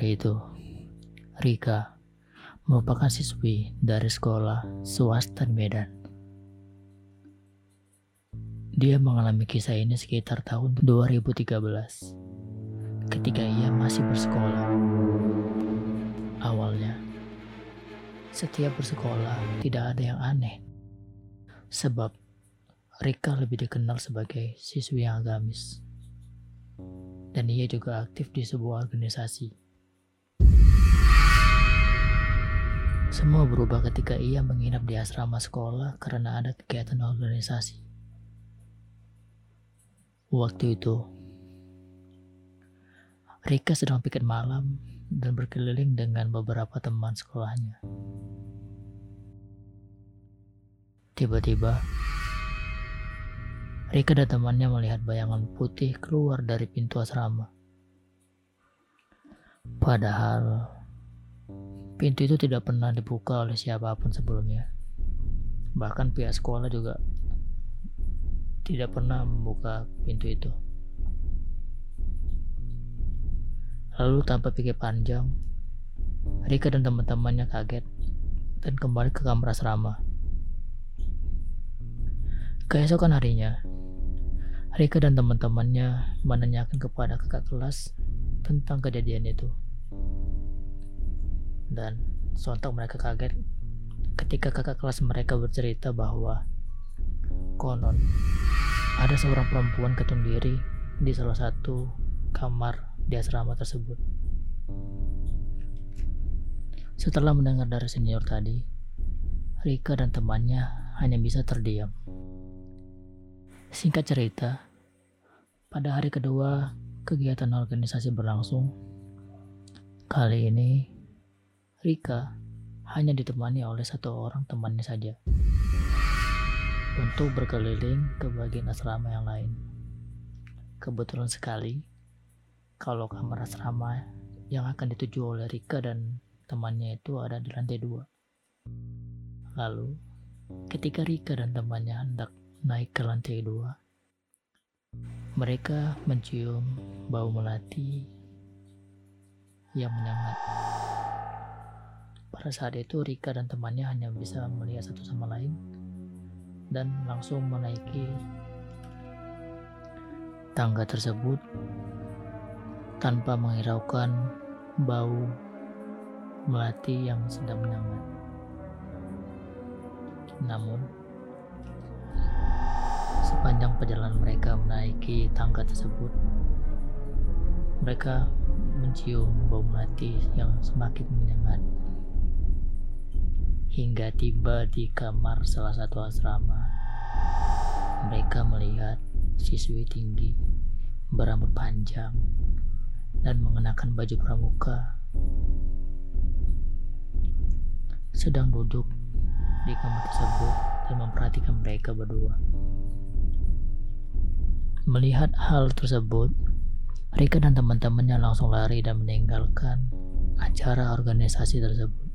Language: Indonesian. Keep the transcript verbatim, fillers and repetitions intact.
hari itu, Rika merupakan siswi dari sekolah swasta di Medan. Dia mengalami kisah ini sekitar tahun dua ribu tiga belas, ketika ia masih bersekolah. Awalnya, setiap bersekolah tidak ada yang aneh, sebab Rika lebih dikenal sebagai siswi yang agamis, dan ia juga aktif di sebuah organisasi. Semua berubah ketika ia menginap di asrama sekolah karena ada kegiatan organisasi. Waktu itu, Rika sedang piket malam dan berkeliling dengan beberapa teman sekolahnya. Tiba-tiba, Rika dan temannya melihat bayangan putih keluar dari pintu asrama. Padahal, pintu itu tidak pernah dibuka oleh siapapun sebelumnya. Bahkan pihak sekolah juga tidak pernah membuka pintu itu. Lalu tanpa pikir panjang, Rika dan teman-temannya kaget dan kembali ke kamar asrama. Keesokan harinya, Rika dan teman-temannya menanyakan kepada kakak kelas tentang kejadian itu. Dan sontak mereka kaget ketika kakak kelas mereka bercerita bahwa konon ada seorang perempuan gantung diri di salah satu kamar di asrama tersebut. Setelah mendengar dari senior tadi, Rika dan temannya hanya bisa terdiam. Singkat cerita, pada hari kedua kegiatan organisasi berlangsung. Kali ini, Rika hanya ditemani oleh satu orang temannya saja untuk berkeliling ke bagian asrama yang lain. Kebetulan sekali, kalau kamar asrama yang akan dituju oleh Rika dan temannya itu ada di lantai dua. Lalu, ketika Rika dan temannya hendak naik ke lantai dua, mereka mencium bau melati yang menyengat. Pada saat itu Rika dan temannya hanya bisa melihat satu sama lain dan langsung menaiki tangga tersebut tanpa menghiraukan bau melati yang sedang menyengat. Namun, sepanjang perjalanan mereka menaiki tangga tersebut, mereka mencium bau melati yang semakin menyengat. Hingga tiba di kamar salah satu asrama, mereka melihat siswi tinggi berambut panjang dan mengenakan baju pramuka sedang duduk di kamar tersebut dan memperhatikan mereka berdua. Melihat hal tersebut, Rika dan teman-temannya langsung lari dan meninggalkan acara organisasi tersebut.